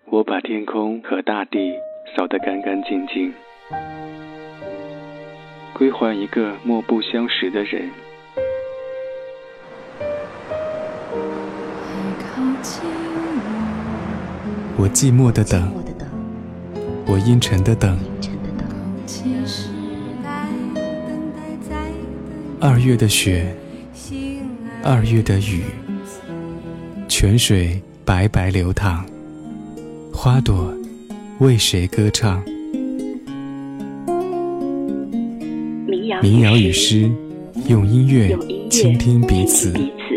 我把天空和大地扫得干干净净，归还一个莫不相识的人。 我寂寞的等，我阴沉的等，2月的雪，2月的雨，泉水白白流淌，花朵为谁歌唱？民谣与诗，用音乐倾听彼此。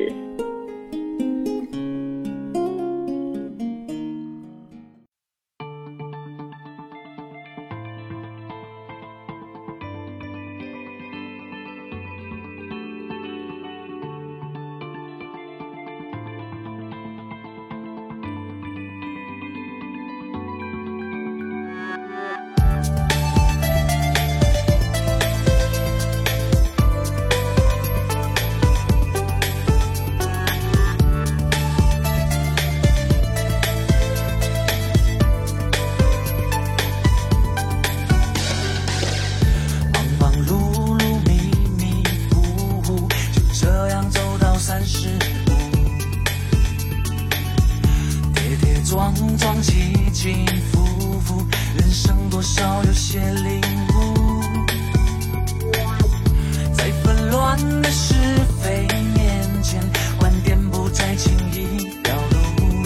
撞起起伏伏，人生多少有些领悟，在纷乱的是非面前，观点不再轻易表露，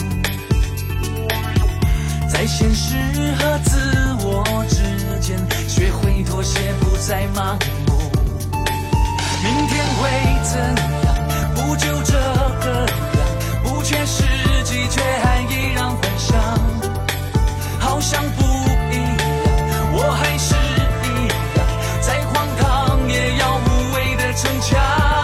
在现实和自我之间学会妥协，不再盲目。明天会怎样？不就这个样？不切实际，却还依然幻想，好像不一样，我还是一样，再荒唐也要无畏的逞强。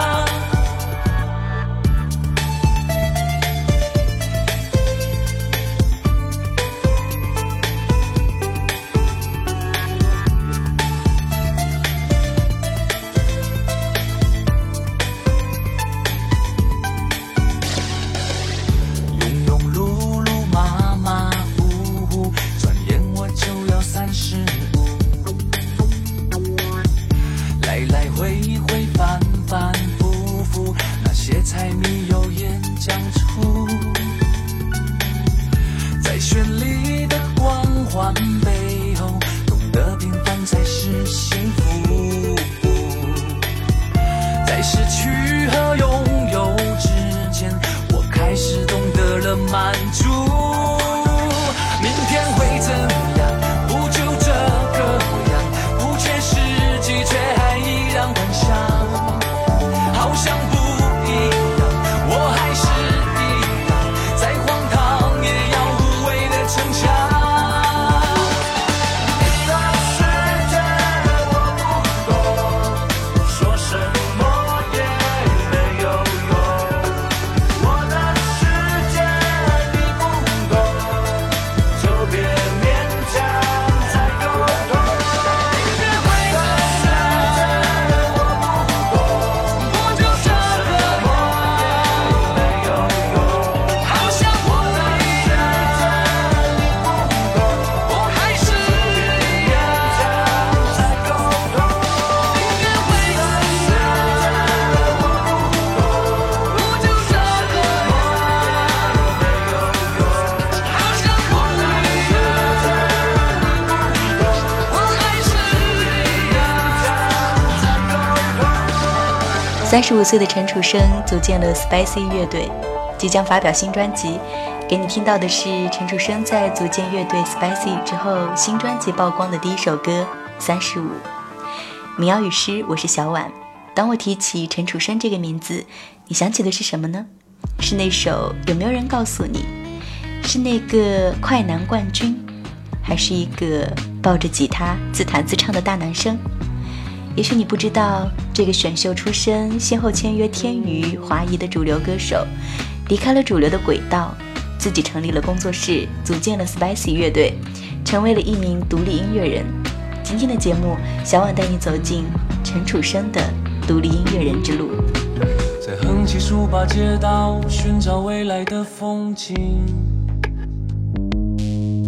来回回反反复复，那些柴米油盐酱醋，在绚丽的光环背后，懂得平凡才是幸福，在失去和拥有之间，我开始懂得了满足。明天会怎样？不就这个样，不切实际，却还依然幻想，好像不一样，我还是一样，再荒唐也要无畏的逞强。你的世界我不懂，说什么也没有用，我的世界你不懂，就别勉强再沟通。明天会怎样？我不懂，不就这个样，没有用，好像我的世界你不懂，我还是一样，再沟通。明天会怎样？我不懂，不就这个样，没有用，好像我的世界你不懂，我还是一样，再沟通。 35岁的陈楚生组建了 Spicy 乐队，即将发表新专辑。给你听到的是陈楚生在组建乐队 Spicy 之后新专辑曝光的第一首歌《35》。民谣与诗，我是小婉。当我提起陈楚生这个名字，你想起的是什么呢？是那首有没有人告诉你？是那个快男冠军？还是一个抱着吉他自弹自唱的大男生？也许你不知道，这个选秀出身，先后签约天娱、华谊的主流歌手，离开了主流的轨道，自己成立了工作室，组建了 Spicy 乐队，成为了一名独立音乐人。今天的节目，小婉带你走进陈楚生的独立音乐人之路。 在横七竖八街道寻找未来的风景，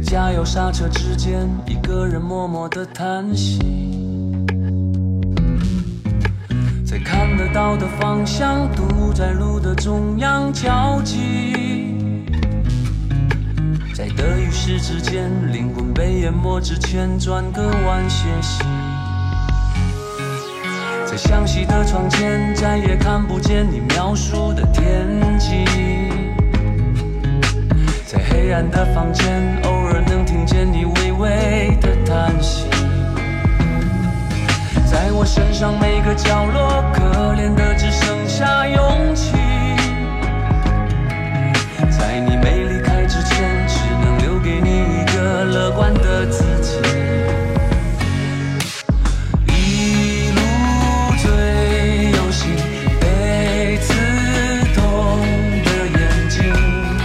加油刹车之间，一个人默默地叹息，在看得到的方向，堵在路的中央交集，在得与失之间，灵魂被淹没之前，转个弯歇息，在向西的窗前，再也看不见你描述的天际，在黑暗的房间，偶尔能听见你微微的叹息，在我身上每个角落，可怜的只剩下勇气，在你没离开之前，只能留给你一个乐观的自己，一路追游行，被刺痛的眼睛，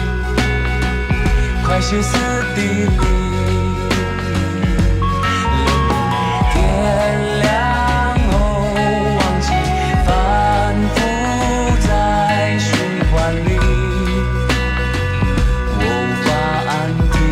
快歇斯底里，天亮后忘记，反复在循环里，我无法安定。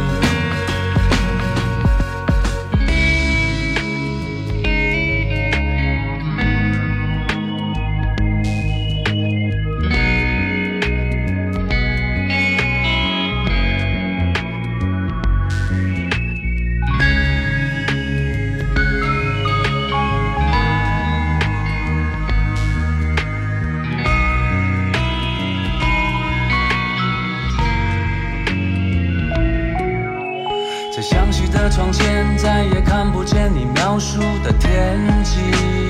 在向西的窗前，再也看不见你描述的天际，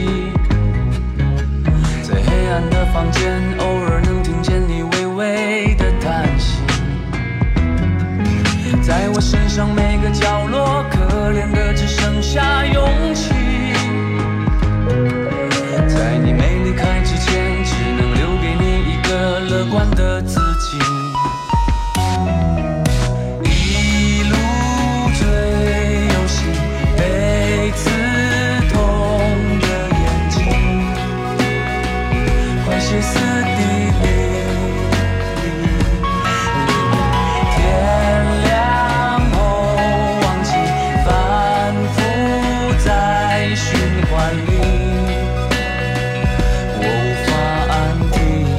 在黑暗的房间，偶尔能听见你微微的叹息，在我身上每个角落，可怜的只剩下勇气，在你没离开之前，只能留给你一个乐观的自己，被刺痛的眼睛，快歇斯底里，天亮后忘记，反复在循环里，我无法安定。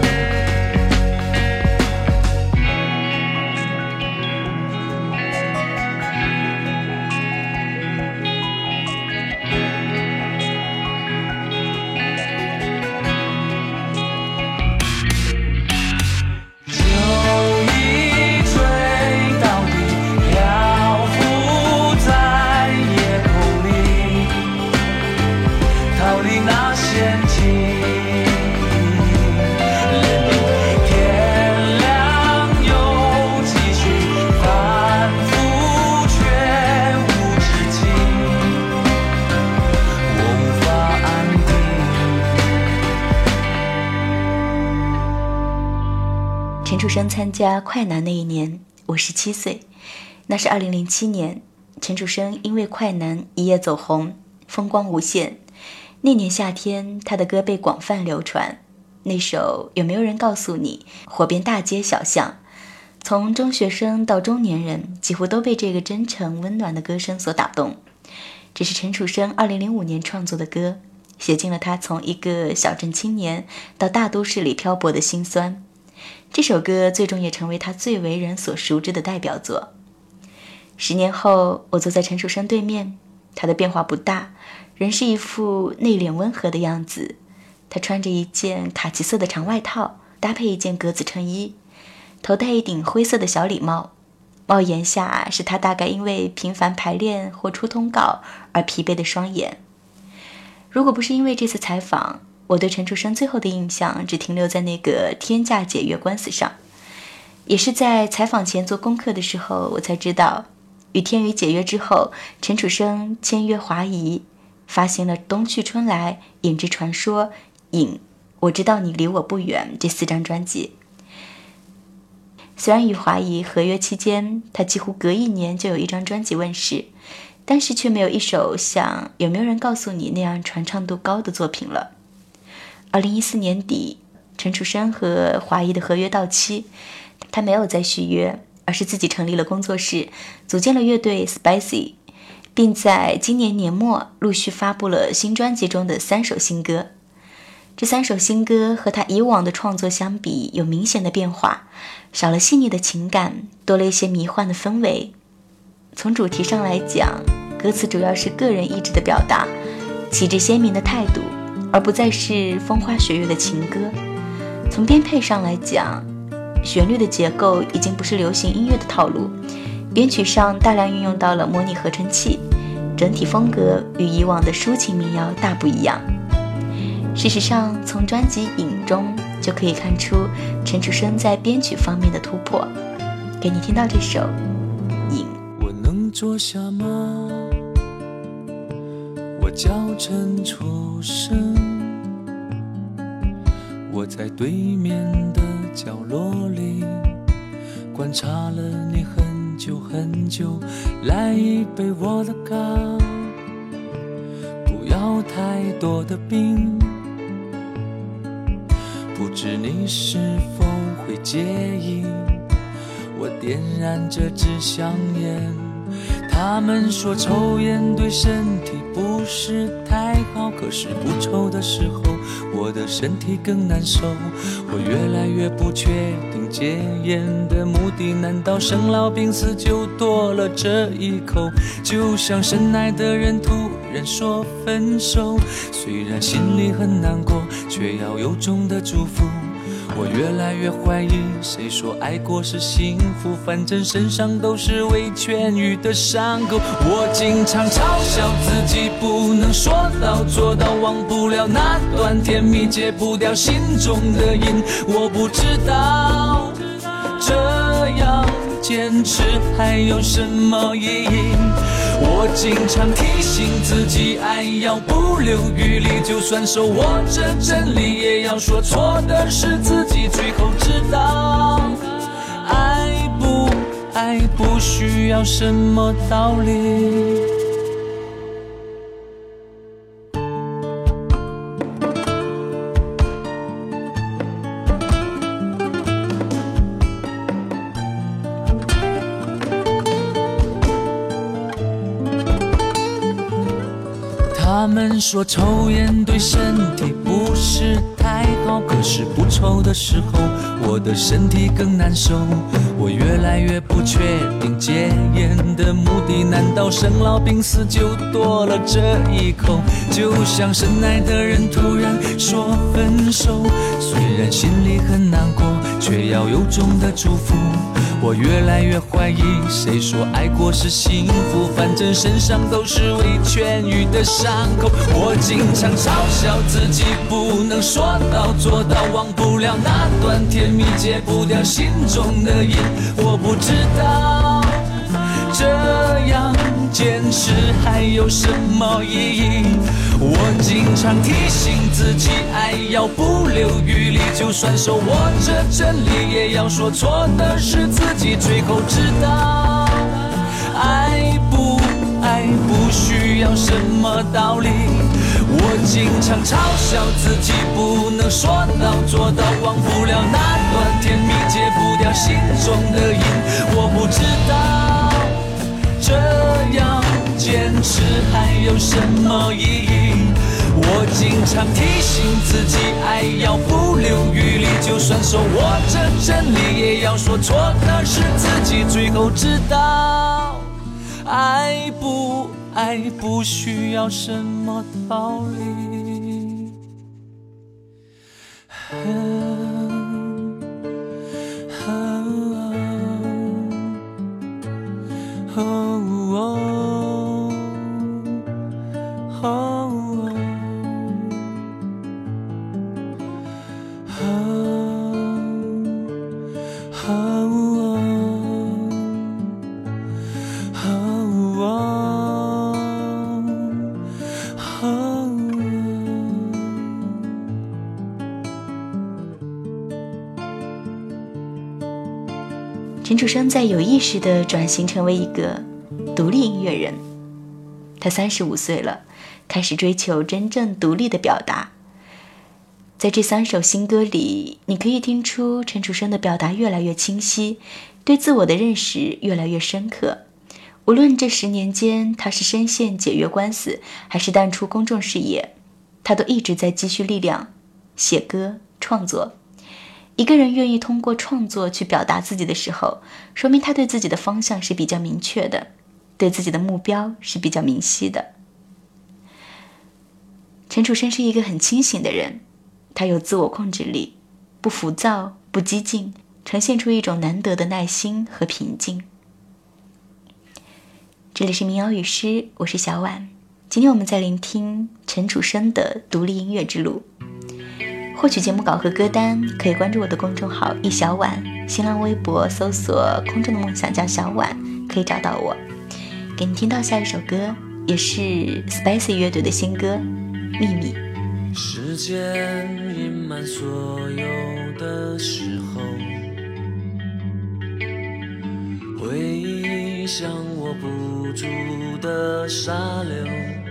陈楚生参加快男那一年，我17岁。那是2007年，陈楚生因为快男一夜走红，风光无限。那年夏天，他的歌被广泛流传。那首有没有人告诉你火遍大街小巷，从中学生到中年人几乎都被这个真诚温暖的歌声所打动。这是陈楚生2005年创作的歌，写尽了他从一个小镇青年到大都市里漂泊的辛酸。这首歌最终也成为他最为人所熟知的代表作。10年后，我坐在陈楚生对面，他的变化不大，仍是一副内敛温和的样子。他穿着一件卡其色的长外套，搭配一件格子衬衣，头戴一顶灰色的小礼帽，帽檐下是他大概因为频繁排练或出通告而疲惫的双眼。如果不是因为这次采访，我对陈楚生最后的印象只停留在那个天价解约官司上。也是在采访前做功课的时候，我才知道与天宇解约之后，陈楚生签约华谊，发行了《冬去春来》、《影之传说》、《影》、《我知道你离我不远》这4张专辑。虽然与华谊合约期间，他几乎隔1年就有1张专辑问世，但是却没有一首像《有没有人告诉你》那样传唱度高的作品了。2014年底，陈楚生和华谊的合约到期，他没有再续约， 而是自己成立了工作室，组建了乐队 Spicy， 并在今年年末陆续发布了新专辑中的3首新歌。这3首新歌和他以往的创作相比有明显的变化，少了细腻的情感，多了一些迷幻的氛围。从主题上来讲，歌词主要是个人意志的表达，旗帜鲜明的态度，而不再是风花雪月的情歌。从编配上来讲，旋律的结构已经不是流行音乐的套路，编曲上大量运用到了模拟合成器，整体风格与以往的抒情民谣大不一样。事实上，从专辑《影》中就可以看出陈楚生在编曲方面的突破。给你听到这首《影》。 我能坐下吗？我叫陈楚生，我在对面的角落里观察了你很久很久，来一杯我的咖，不要太多的冰，不知你是否会介意我点燃这支香烟。他们说抽烟对身体不是太好，可是不抽的时候我的身体更难受。我越来越不确定戒烟的目的，难道生老病死就多了这一口？就像深爱的人突然说分手，虽然心里很难过，却要由衷的祝福。我越来越怀疑，谁说爱过是幸福？反正身上都是未痊愈的伤口。我经常嘲笑自己不能说到做到，忘不了那段甜蜜，戒不掉心中的瘾。我不知道这样坚持还有什么意义。我经常提醒自己，爱要不留余力，就算手握着真理，也要说错的是自己。最后知道，爱不需要什么道理。他们说抽烟对身体不是太好，可是不抽的时候我的身体更难受。我越来越不确定戒烟的目的，难道生老病死就多了这一口？就像深爱的人突然说分手，虽然心里很难过，却要由衷的祝福。我越来越怀疑，谁说爱过是幸福？反正身上都是未痊愈的伤口。我经常嘲笑自己不能说到做到，忘不了那段甜蜜，戒不掉心中的瘾。我不知道这样坚持还有什么意义。我经常提醒自己，爱要不留余力，就算手握着真理，也要说错的是自己。最后知道，爱不需要什么道理。我经常嘲笑自己不能说到做到，忘不了那段甜蜜，戒不掉心中的瘾。我不知道这样坚持还有什么意义。我经常提醒自己，爱要不留余力，就算手握着真理，也要说错的是自己。最后知道，爱不需要什么道理。 陈楚生在有意识地转型成为一个独立音乐人。他35岁了，开始追求真正独立的表达。在这3首新歌里，你可以听出陈楚生的表达越来越清晰， 对自我的认识越来越深刻。无论这10年间他是深陷解约官司，还是淡出公众视野，他都一直在积蓄力量，写歌创作。一个人愿意通过创作去表达自己的时候，说明他对自己的方向是比较明确的，对自己的目标是比较明晰的。陈楚生是一个很清醒的人，他有自我控制力，不浮躁，不激进，呈现出一种难得的耐心和平静。这里是民谣与诗，我是小婉。今天我们在聆听陈楚生的独立音乐之路。获取节目稿和歌单，可以关注我的公众号一小婉，新浪微博搜索空中的梦想叫小婉，可以找到我。给你听到下一首歌，也是 Spicy 乐队的新歌《秘密》。 时间隐瞒所有的时候，回忆像握不住的沙流，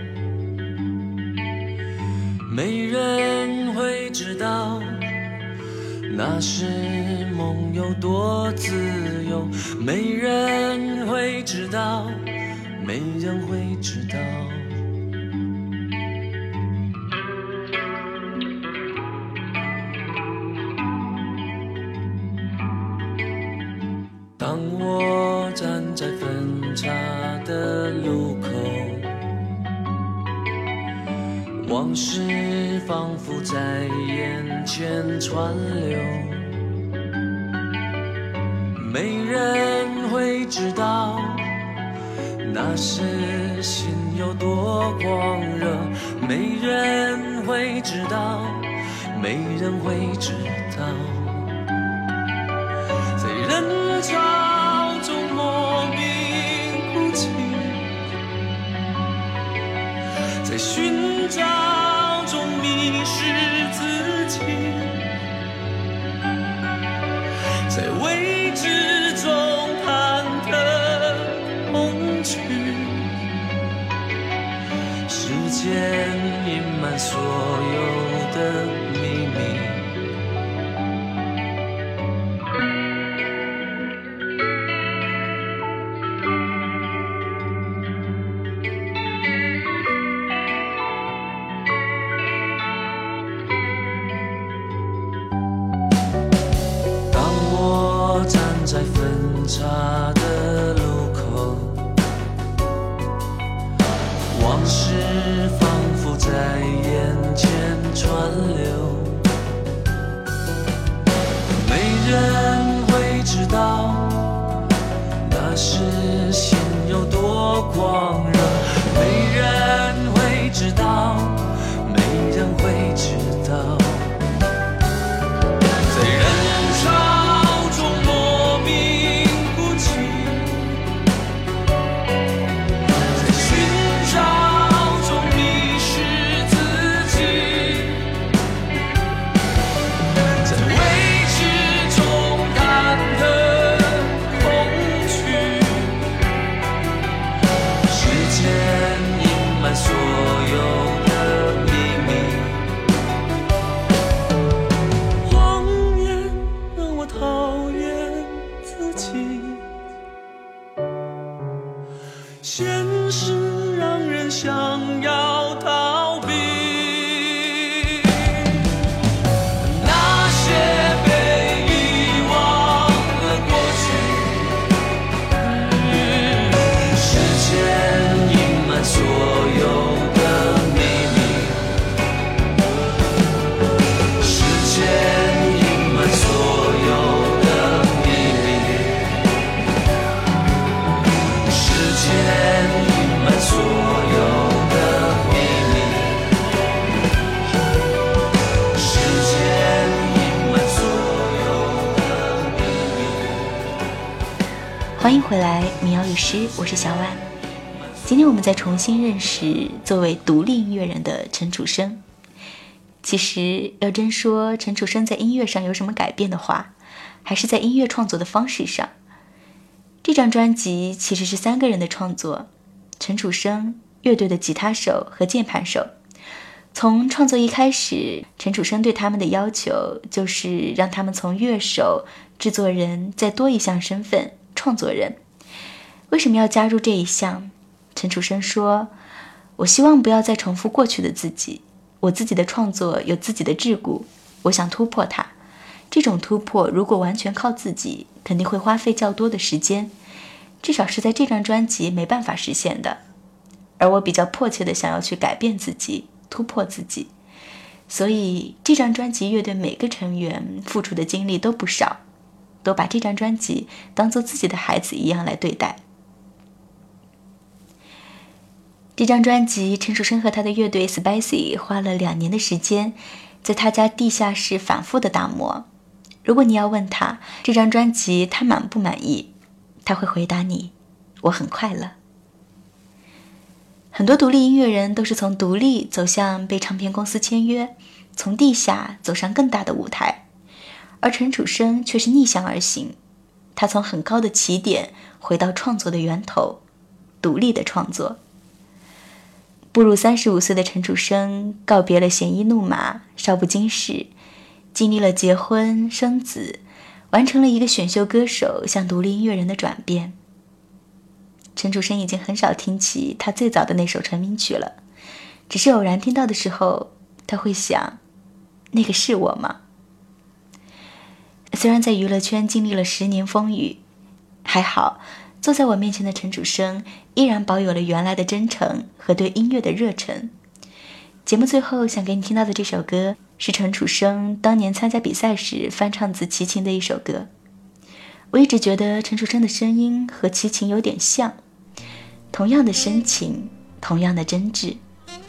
没人会知道那是梦有多自由，没人会知道，没人会知道。当我站在分岔的路口，往事仿佛在眼前川流，没人会知道那时心有多狂热，没人会知道，没人会知道，在人潮中莫名哭泣，在寻找中迷失自己，在未知中忐忑恐惧，时间隐瞒所有的秘密。在分岔的路口，往事仿佛在眼前川流，没人会知道那时心有多狂热，没人会知道，没人会知道，在人潮中莫名哭泣，在寻找中迷失自己，在未知中忐忑恐惧，时间隐瞒所有的秘密，谎言让我讨厌自己，现实让人想要逃避，那些被遗忘的过去，时间隐瞒所有的秘密，时间隐瞒所有的秘密，时间隐瞒所有的秘密，时间隐瞒所有的秘密。 欢迎回来，民谣与诗，我是小婉。今天我们再重新认识作为独立音乐人的陈楚生。其实要真说陈楚生在音乐上有什么改变的话，还是在音乐创作的方式上。这张专辑其实是3个人的创作，陈楚生、乐队的吉他手和键盘手。从创作一开始，陈楚生对他们的要求就是让他们从乐手制作人再多一项身份，创作人。为什么要加入这一项？陈楚生说，我希望不要再重复过去的自己，我自己的创作有自己的桎梏，我想突破它。这种突破如果完全靠自己，肯定会花费较多的时间，至少是在这张专辑没办法实现的。而我比较迫切的想要去改变自己，突破自己，所以这张专辑乐队每个成员付出的精力都不少，都把这张专辑当作自己的孩子一样来对待。这张专辑，陈楚生和他的乐队 Spicy 花了2年的时间，在他家地下室反复的打磨。如果你要问他这张专辑他满不满意，他会回答你，我很快乐。很多独立音乐人都是从独立走向被唱片公司签约，从地下走上更大的舞台，而陈楚生却是逆向而行。他从很高的起点回到创作的源头，独立的创作。步入35岁的陈楚生告别了鲜衣怒马、少不经事，经历了结婚生子，完成了一个选秀歌手向独立音乐人的转变。陈楚生已经很少听起他最早的那首成名曲了，只是偶然听到的时候，他会想，那个是我吗？虽然在娱乐圈经历了10年风雨，还好坐在我面前的陈楚生依然保有了原来的真诚和对音乐的热忱。节目最后想给你听到的这首歌是陈楚生当年参加比赛时翻唱自齐秦的一首歌。我一直觉得陈楚生的声音和齐秦有点像，同样的深情，同样的真挚。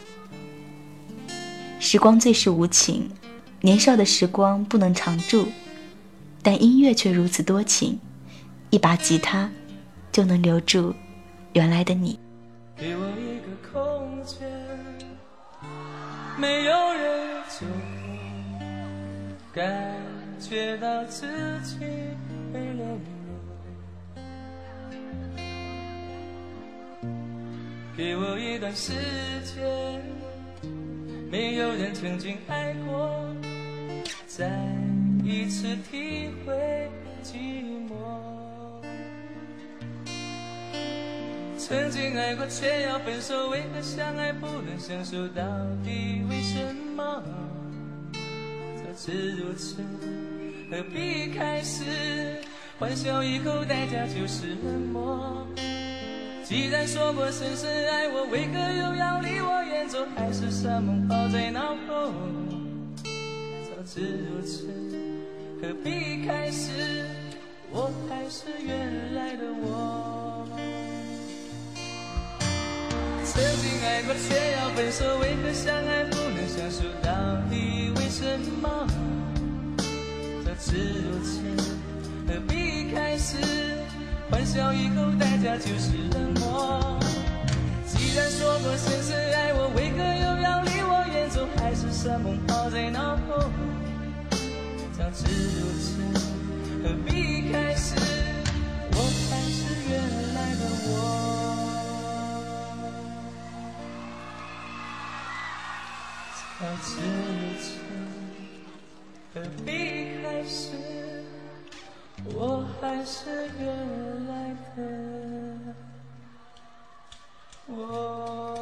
时光最是无情，年少的时光不能常驻，但音乐却如此多情，一把吉他就能留住原来的你。 给我一个空间，没有人救我，感觉到自己被冷落。给我一段时间，没有人曾经爱过，再一次体会寂寞。曾经爱过却要分手，为何相爱不能相守？到底为什么？早知如此，何必开始？欢笑以后代价就是冷漠。既然说过深深爱我，为何又要离我远走？海誓山盟抛在脑后。早知如此，何必开始？我还是原来的我。曾经爱过却要分手，为何相爱不能相守？到底为什么？早知如此，何必开始？欢笑以后代价就是冷漠。既然说过深深爱我，为何又要离我远走？海誓山盟抛在脑后。早知如此，何必开始？我还是原来的我。早知如此，何必开始？我还是原来的我。